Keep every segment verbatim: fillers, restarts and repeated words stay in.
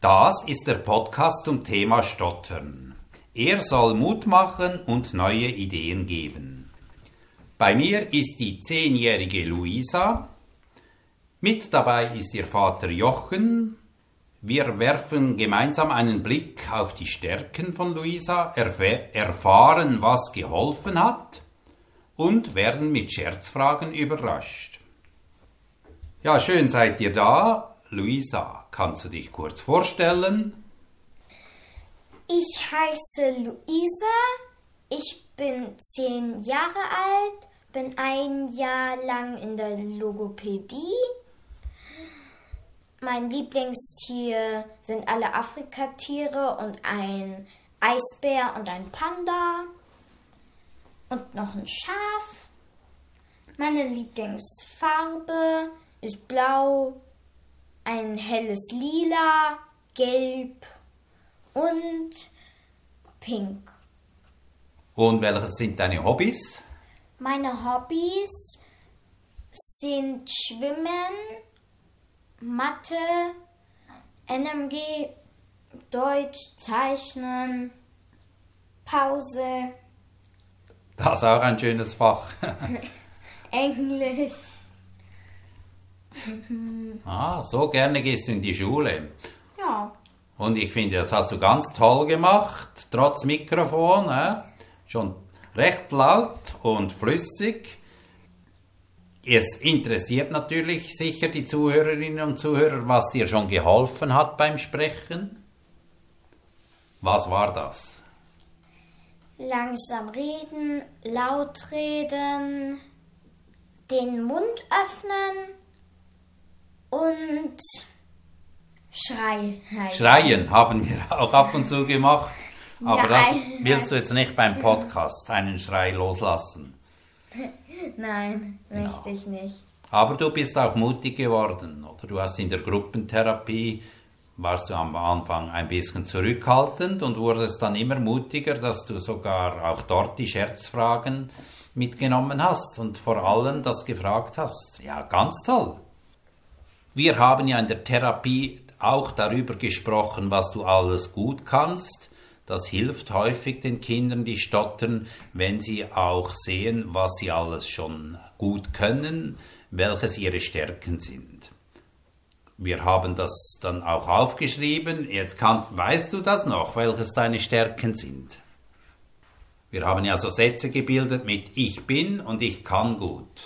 Das ist der Podcast zum Thema Stottern. Er soll Mut machen und neue Ideen geben. Bei mir ist die zehnjährige Luisa. Mit dabei ist ihr Vater Jochen. Wir werfen gemeinsam einen Blick auf die Stärken von Luisa, erf- erfahren, was geholfen hat und werden mit Scherzfragen überrascht. Ja, schön seid ihr da. Luisa, kannst du dich kurz vorstellen? Ich heiße Luisa, ich bin zehn Jahre alt, bin ein Jahr lang in der Logopädie. Mein Lieblingstier sind alle Afrikatiere und ein Eisbär und ein Panda und noch ein Schaf. Meine Lieblingsfarbe ist blau, ein helles Lila, Gelb und Pink. Und welche sind deine Hobbys? Meine Hobbys sind Schwimmen, Mathe, N M G, Deutsch, Zeichnen, Pause, Das ist auch ein schönes Fach. Englisch. Ah, so gerne gehst du in die Schule. Ja, Und ich finde, das hast du ganz toll gemacht, trotz Mikrofon. Äh? Schon recht laut und flüssig. Es interessiert natürlich sicher die Zuhörerinnen und Zuhörer, was dir schon geholfen hat beim Sprechen. Was war das? langsam reden, laut reden, den Mund öffnen und schreien. Schreien haben wir auch ab und zu gemacht. Aber das Nein. willst du jetzt nicht beim Podcast, einen Schrei loslassen. Nein, möchte ich nicht. Aber du bist auch mutig geworden, oder? Du hast in der Gruppentherapie, warst du am Anfang ein bisschen zurückhaltend und wurdest dann immer mutiger, dass du sogar auch dort die Scherzfragen mitgenommen hast und vor allem das gefragt hast. Ja, ganz toll. Wir haben ja in der Therapie auch darüber gesprochen, was du alles gut kannst. Das hilft häufig den Kindern, die stottern, wenn sie auch sehen, was sie alles schon gut können, welches ihre Stärken sind. Wir haben das dann auch aufgeschrieben. Jetzt kann, weißt du das noch, welches deine Stärken sind? Wir haben ja so Sätze gebildet mit Ich bin und ich kann gut.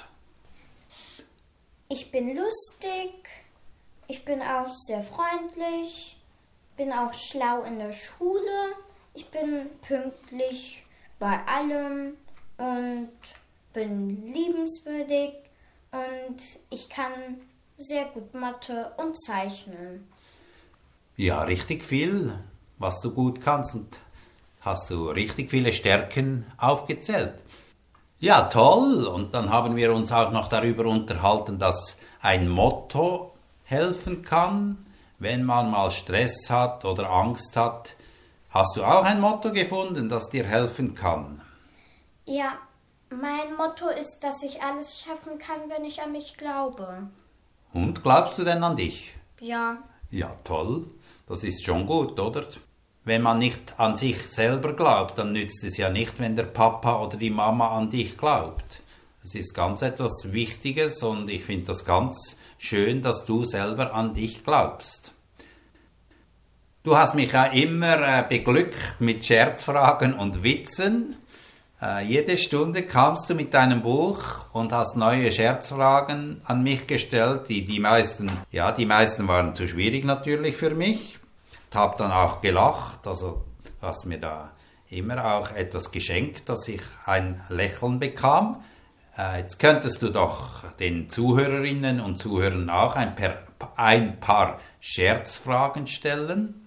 Ich bin lustig, ich bin auch sehr freundlich, bin auch schlau in der Schule, ich bin pünktlich bei allem und bin liebenswürdig und ich kann sehr gut Mathe und Zeichnen. Ja, richtig viel, was du gut kannst und hast du richtig viele Stärken aufgezählt. Ja, toll. Und dann haben wir uns auch noch darüber unterhalten, dass ein Motto helfen kann, wenn man mal Stress hat oder Angst hat. Hast du auch ein Motto gefunden, das dir helfen kann? Ja, mein Motto ist, dass ich alles schaffen kann, wenn ich an mich glaube. Und glaubst du denn an dich? Ja, Ja, toll. Das ist schon gut, oder? Wenn man nicht an sich selber glaubt, dann nützt es ja nicht, wenn der Papa oder die Mama an dich glaubt. Es ist ganz etwas Wichtiges und ich finde das ganz schön, dass du selber an dich glaubst. Du hast mich ja immer äh, beglückt mit Scherzfragen und Witzen. Äh, jede Stunde kamst du mit deinem Buch und hast neue Scherzfragen an mich gestellt. Die, die meisten, ja, die meisten waren zu schwierig natürlich für mich. Ich habe dann auch gelacht, also du hast mir da immer auch etwas geschenkt, dass ich ein Lächeln bekam. Äh, jetzt könntest du doch den Zuhörerinnen und Zuhörern auch ein, per, ein paar Scherzfragen stellen.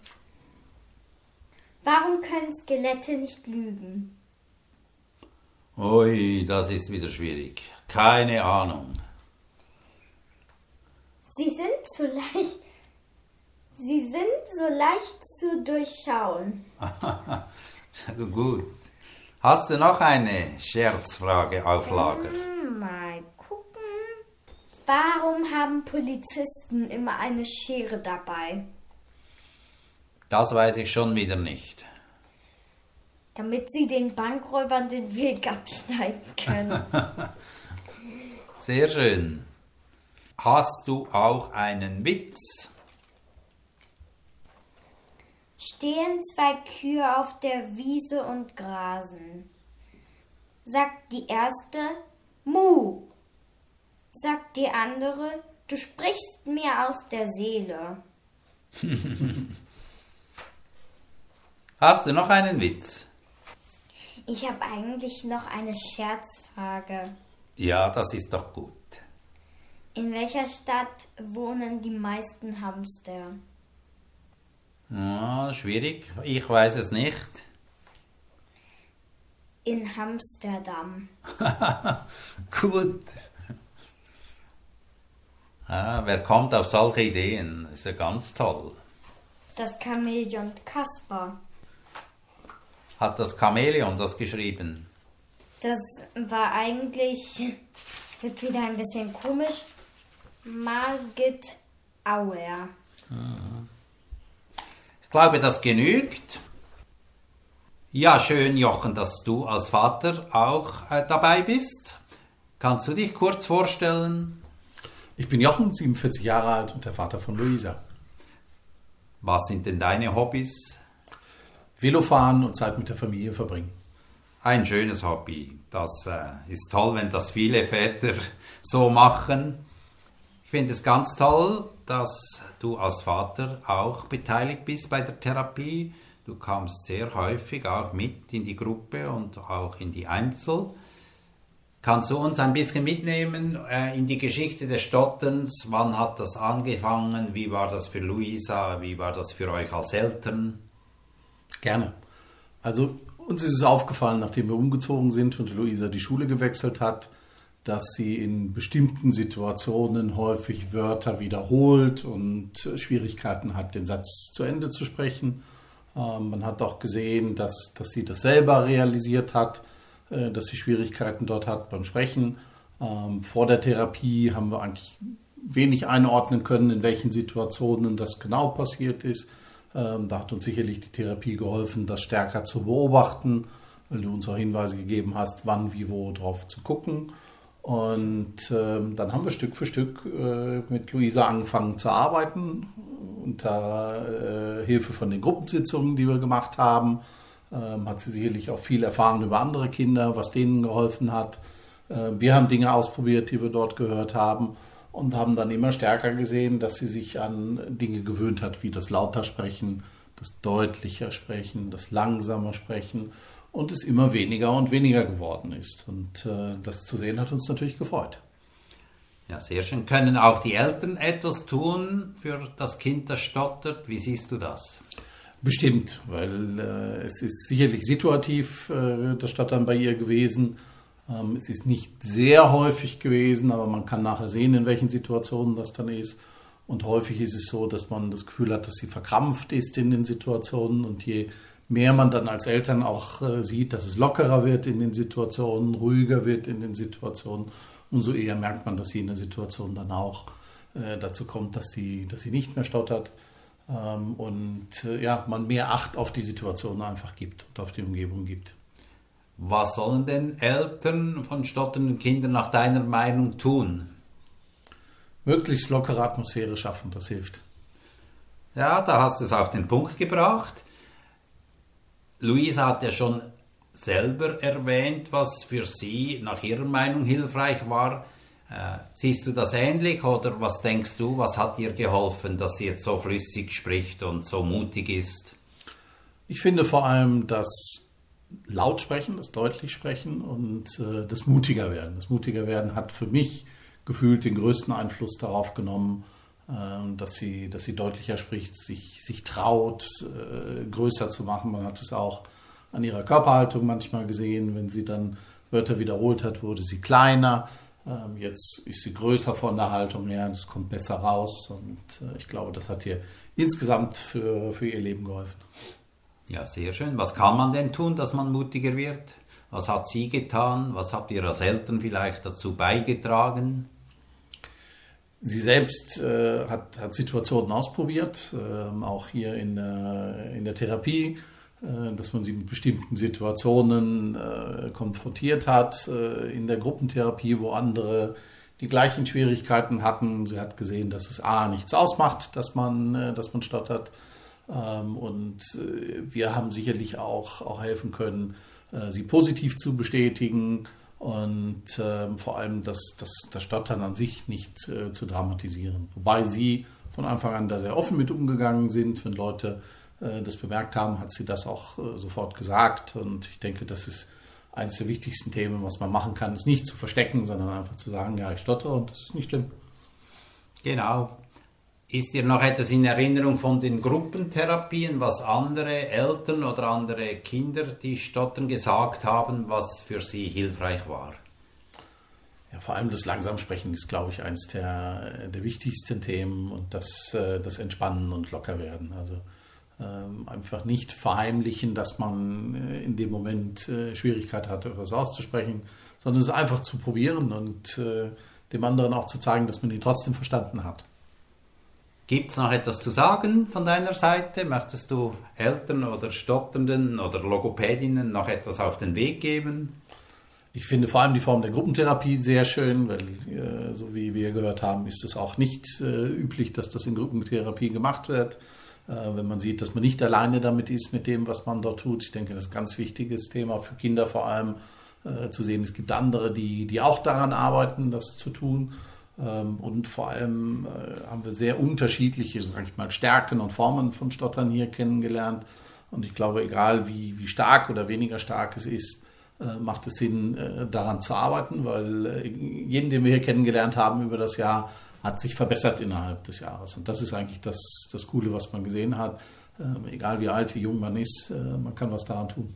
warum können Skelette nicht lügen? Ui, das ist wieder schwierig. Keine Ahnung. Sie sind zu leicht. Sie sind so leicht zu durchschauen. Gut. Hast du noch eine Scherzfrage auf Lager? Hm, mal gucken. Warum haben Polizisten immer eine Schere dabei? Das weiß ich schon wieder nicht. Damit sie den Bankräubern den Weg abschneiden können. Sehr schön. Hast du auch einen Witz? Stehen zwei Kühe auf der Wiese und grasen. Sagt die erste, Mu. Sagt die andere, du sprichst mir aus der Seele. Hast du noch einen Witz? Ich habe eigentlich noch eine Scherzfrage. Ja, das ist doch gut. In welcher Stadt wohnen die meisten Hamster? Ja, schwierig, ich weiß es nicht. In Amsterdam. Gut. Ah, wer kommt auf solche Ideen? Das ist ja ganz toll. Das Chamäleon Kaspar. Hat das Chamäleon das geschrieben? Das war eigentlich, wird wieder ein bisschen komisch, Margit Auer. Ich glaube, das genügt. Ja, schön, Jochen, dass du als Vater auch äh, dabei bist. Kannst du dich kurz vorstellen? Ich bin Jochen, siebenundvierzig Jahre alt und der Vater von Luisa. Was sind denn deine Hobbys? Velofahren und Zeit mit der Familie verbringen. Ein schönes Hobby. Das äh, ist toll, wenn das viele Väter so machen. Ich finde es ganz toll, dass du als Vater auch beteiligt bist bei der Therapie. Du kamst sehr häufig auch mit in die Gruppe und auch in die Einzel. Kannst du uns ein bisschen mitnehmen äh, in die Geschichte des Stotterns? Wann hat das angefangen? Wie war das für Luisa? Wie war das für euch als Eltern? Gerne. Also uns ist es aufgefallen, nachdem wir umgezogen sind und Luisa die Schule gewechselt hat, dass sie in bestimmten Situationen häufig Wörter wiederholt und Schwierigkeiten hat, den Satz zu Ende zu sprechen. Ähm, man hat auch gesehen, dass, dass sie das selber realisiert hat, äh, dass sie Schwierigkeiten dort hat beim Sprechen. Ähm, vor der Therapie haben wir eigentlich wenig einordnen können, in welchen Situationen das genau passiert ist. Ähm, da hat uns sicherlich die Therapie geholfen, das stärker zu beobachten, weil du uns auch Hinweise gegeben hast, wann, wie, wo drauf zu gucken. Und ähm, dann haben wir Stück für Stück äh, mit Luisa angefangen zu arbeiten, unter äh, Hilfe von den Gruppensitzungen, die wir gemacht haben. Ähm, hat sie sicherlich auch viel erfahren über andere Kinder, was denen geholfen hat. Äh, wir haben Dinge ausprobiert, die wir dort gehört haben und haben dann immer stärker gesehen, dass sie sich an Dinge gewöhnt hat, wie das lauter Sprechen, das deutlicher Sprechen, das langsamer Sprechen. Und es immer weniger und weniger geworden ist. Und äh, das zu sehen hat uns natürlich gefreut. Ja, sehr schön. Können auch die Eltern etwas tun für das Kind, das stottert? Wie siehst du das? Bestimmt, weil äh, es ist sicherlich situativ äh, das Stottern bei ihr gewesen. Ähm, es ist nicht sehr häufig gewesen, aber man kann nachher sehen, in welchen Situationen das dann ist. Und häufig ist es so, dass man das Gefühl hat, dass sie verkrampft ist in den Situationen. Und je mehr man dann als Eltern auch äh, sieht, dass es lockerer wird in den Situationen, ruhiger wird in den Situationen, umso eher merkt man, dass sie in der Situation dann auch äh, dazu kommt, dass sie, dass sie nicht mehr stottert ähm, und äh, ja, man mehr Acht auf die Situation einfach gibt und auf die Umgebung gibt. Was sollen denn Eltern von stotternden Kindern nach deiner Meinung tun? Möglichst lockere Atmosphäre schaffen, das hilft. Ja, da hast du es auf den Punkt gebracht. Luisa hat ja schon selber erwähnt, was für sie nach ihrer Meinung hilfreich war. Äh, siehst du das ähnlich oder was denkst du, was hat ihr geholfen, dass sie jetzt so flüssig spricht und so mutig ist? Ich finde vor allem das Lautsprechen, das deutlich sprechen und äh, das mutiger werden. Das mutiger werden hat für mich gefühlt den größten Einfluss darauf genommen, dass sie, dass sie deutlicher spricht, sich, sich traut, äh, größer zu machen. Man hat es auch an ihrer Körperhaltung manchmal gesehen. Wenn sie dann Wörter wiederholt hat, wurde sie kleiner. Ähm, jetzt ist sie größer von der Haltung her. Es kommt besser raus. Und äh, ich glaube, das hat ihr insgesamt für, für ihr Leben geholfen. Ja, sehr schön. Was kann man denn tun, dass man mutiger wird? Was hat sie getan? Was habt ihr als Eltern vielleicht dazu beigetragen? Sie selbst äh, hat, hat Situationen ausprobiert, äh, auch hier in der, in der Therapie, äh, dass man sie mit bestimmten Situationen äh, konfrontiert hat, äh, in der Gruppentherapie, wo andere die gleichen Schwierigkeiten hatten. Sie hat gesehen, dass es A nichts ausmacht, dass man, äh, dass man stottert. Ähm, und äh, wir haben sicherlich auch, auch helfen können, äh, sie positiv zu bestätigen. Und äh, vor allem das, das, das Stottern an sich nicht äh, zu dramatisieren. Wobei sie von Anfang an da sehr offen mit umgegangen sind. Wenn Leute äh, das bemerkt haben, hat sie das auch äh, sofort gesagt. Und ich denke, das ist eines der wichtigsten Themen, was man machen kann, ist nicht zu verstecken, sondern einfach zu sagen, ja, ich stottere und das ist nicht schlimm. Genau. Ist dir noch etwas in Erinnerung von den Gruppentherapien, was andere Eltern oder andere Kinder, die stottern, gesagt haben, was für sie hilfreich war? Ja, vor allem das Langsamsprechen ist, glaube ich, eines der, der wichtigsten Themen und das, das Entspannen und Lockerwerden. Also ähm, einfach nicht verheimlichen, dass man in dem Moment äh, Schwierigkeit hatte, etwas auszusprechen, sondern es einfach zu probieren und äh, dem anderen auch zu zeigen, dass man ihn trotzdem verstanden hat. Gibt es noch etwas zu sagen von deiner Seite? Möchtest du Eltern oder Stotternden oder Logopädinnen noch etwas auf den Weg geben? Ich finde vor allem die Form der Gruppentherapie sehr schön, weil äh, so wie wir gehört haben, ist es auch nicht äh, üblich, dass das in Gruppentherapie gemacht wird. Äh, wenn man sieht, dass man nicht alleine damit ist, mit dem, was man dort tut. Ich denke, das ist ein ganz wichtiges Thema für Kinder vor allem, äh, zu sehen, es gibt andere, die, die auch daran arbeiten, das zu tun. Und vor allem haben wir sehr unterschiedliche, sag ich mal, Stärken und Formen von Stottern hier kennengelernt. Und ich glaube, egal wie, wie stark oder weniger stark es ist, macht es Sinn, daran zu arbeiten, weil jeden, den wir hier kennengelernt haben über das Jahr, hat sich verbessert innerhalb des Jahres. Und das ist eigentlich das, das Coole, was man gesehen hat. Egal wie alt, wie jung man ist, man kann was daran tun.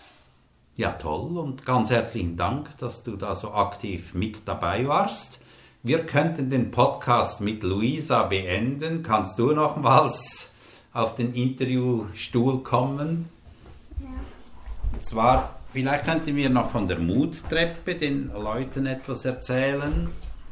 Ja, toll und ganz herzlichen Dank, dass du da so aktiv mit dabei warst. Wir könnten den Podcast mit Luisa beenden. Kannst du nochmals auf den Interviewstuhl kommen? Ja. Und zwar, vielleicht könnten wir noch von der Muttreppe den Leuten etwas erzählen.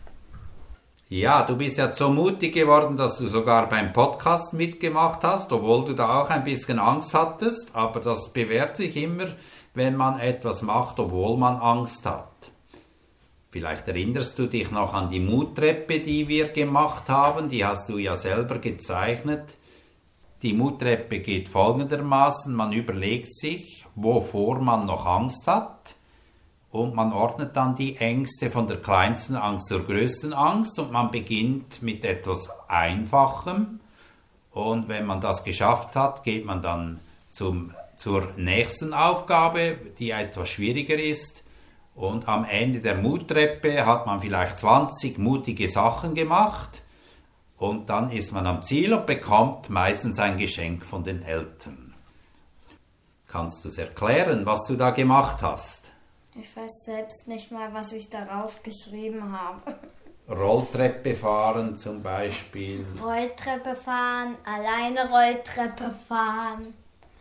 Ja, du bist jetzt so mutig geworden, dass du sogar beim Podcast mitgemacht hast, obwohl du da auch ein bisschen Angst hattest. Aber das bewährt sich immer, wenn man etwas macht, obwohl man Angst hat. Vielleicht erinnerst du dich noch an die Muttreppe, die wir gemacht haben. Die hast du ja selber gezeichnet. Die Muttreppe geht folgendermaßen. Man überlegt sich, wovor man noch Angst hat. Und man ordnet dann die Ängste von der kleinsten Angst zur größten Angst. Und man beginnt mit etwas Einfachem. Und wenn man das geschafft hat, geht man dann zum, zur nächsten Aufgabe, die etwas schwieriger ist. Und am Ende der Muttreppe hat man vielleicht zwanzig mutige Sachen gemacht und dann ist man am Ziel und bekommt meistens ein Geschenk von den Eltern. Kannst du es erklären, was du da gemacht hast? Ich weiß selbst nicht mal, was ich darauf geschrieben habe. Rolltreppe fahren zum Beispiel. Rolltreppe fahren, alleine Rolltreppe fahren,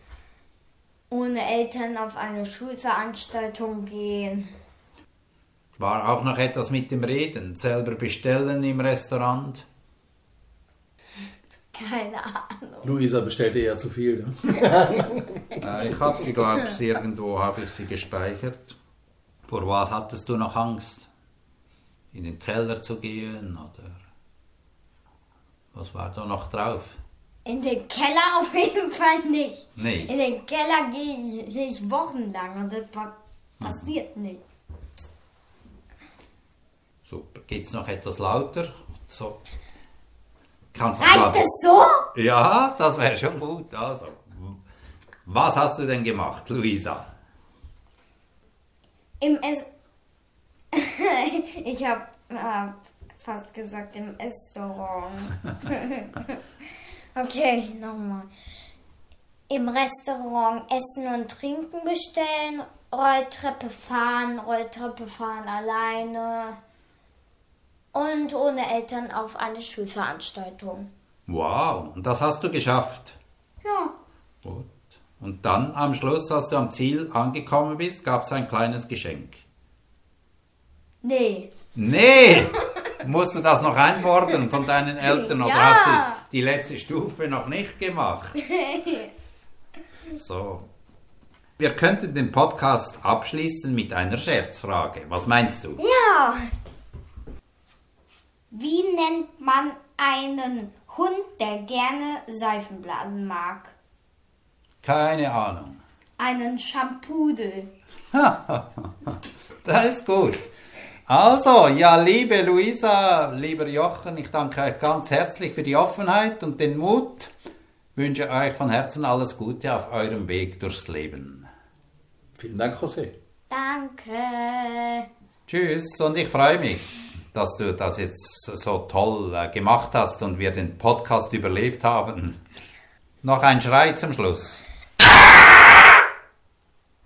ohne Eltern auf eine Schulveranstaltung gehen. War auch noch etwas mit dem Reden, selber bestellen im Restaurant? Keine Ahnung. Luisa bestellte eher zu viel. Ne? äh, ich habe sie, glaube ich, irgendwo habe ich sie gespeichert. Vor was hattest du noch Angst? In den Keller zu gehen oder was war da noch drauf? In den Keller auf jeden Fall nicht. Nicht? In den Keller gehe ich nicht wochenlang und das passiert mhm. nicht. Super. Geht es noch etwas lauter? So. Kannst Reicht es so? Ja, das wäre schon gut. Also, was hast du denn gemacht, Luisa? Im Ess... ich habe äh, fast gesagt im Restaurant. Okay, nochmal. Im Restaurant essen und trinken bestellen, Rolltreppe fahren, Rolltreppe fahren alleine und ohne Eltern auf eine Schulveranstaltung. Wow, und das hast du geschafft? Ja. Gut. Und dann am Schluss, als du am Ziel angekommen bist, gab es ein kleines Geschenk? Nee. Nee! Musst du das noch einfordern von deinen Eltern oder Ja. hast du die letzte Stufe noch nicht gemacht? So. Wir könnten den Podcast abschließen mit einer Scherzfrage. Was meinst du? Ja. Wie nennt man einen Hund, der gerne Seifenblasen mag? Keine Ahnung. Einen Schampudel. Das ist gut. Also, ja, liebe Luisa, lieber Jochen, ich danke euch ganz herzlich für die Offenheit und den Mut. Wünsche euch von Herzen alles Gute auf eurem Weg durchs Leben. Vielen Dank, José. Danke. Tschüss und ich freue mich, dass du das jetzt so toll äh, gemacht hast und wir den Podcast überlebt haben. Noch ein Schrei zum Schluss.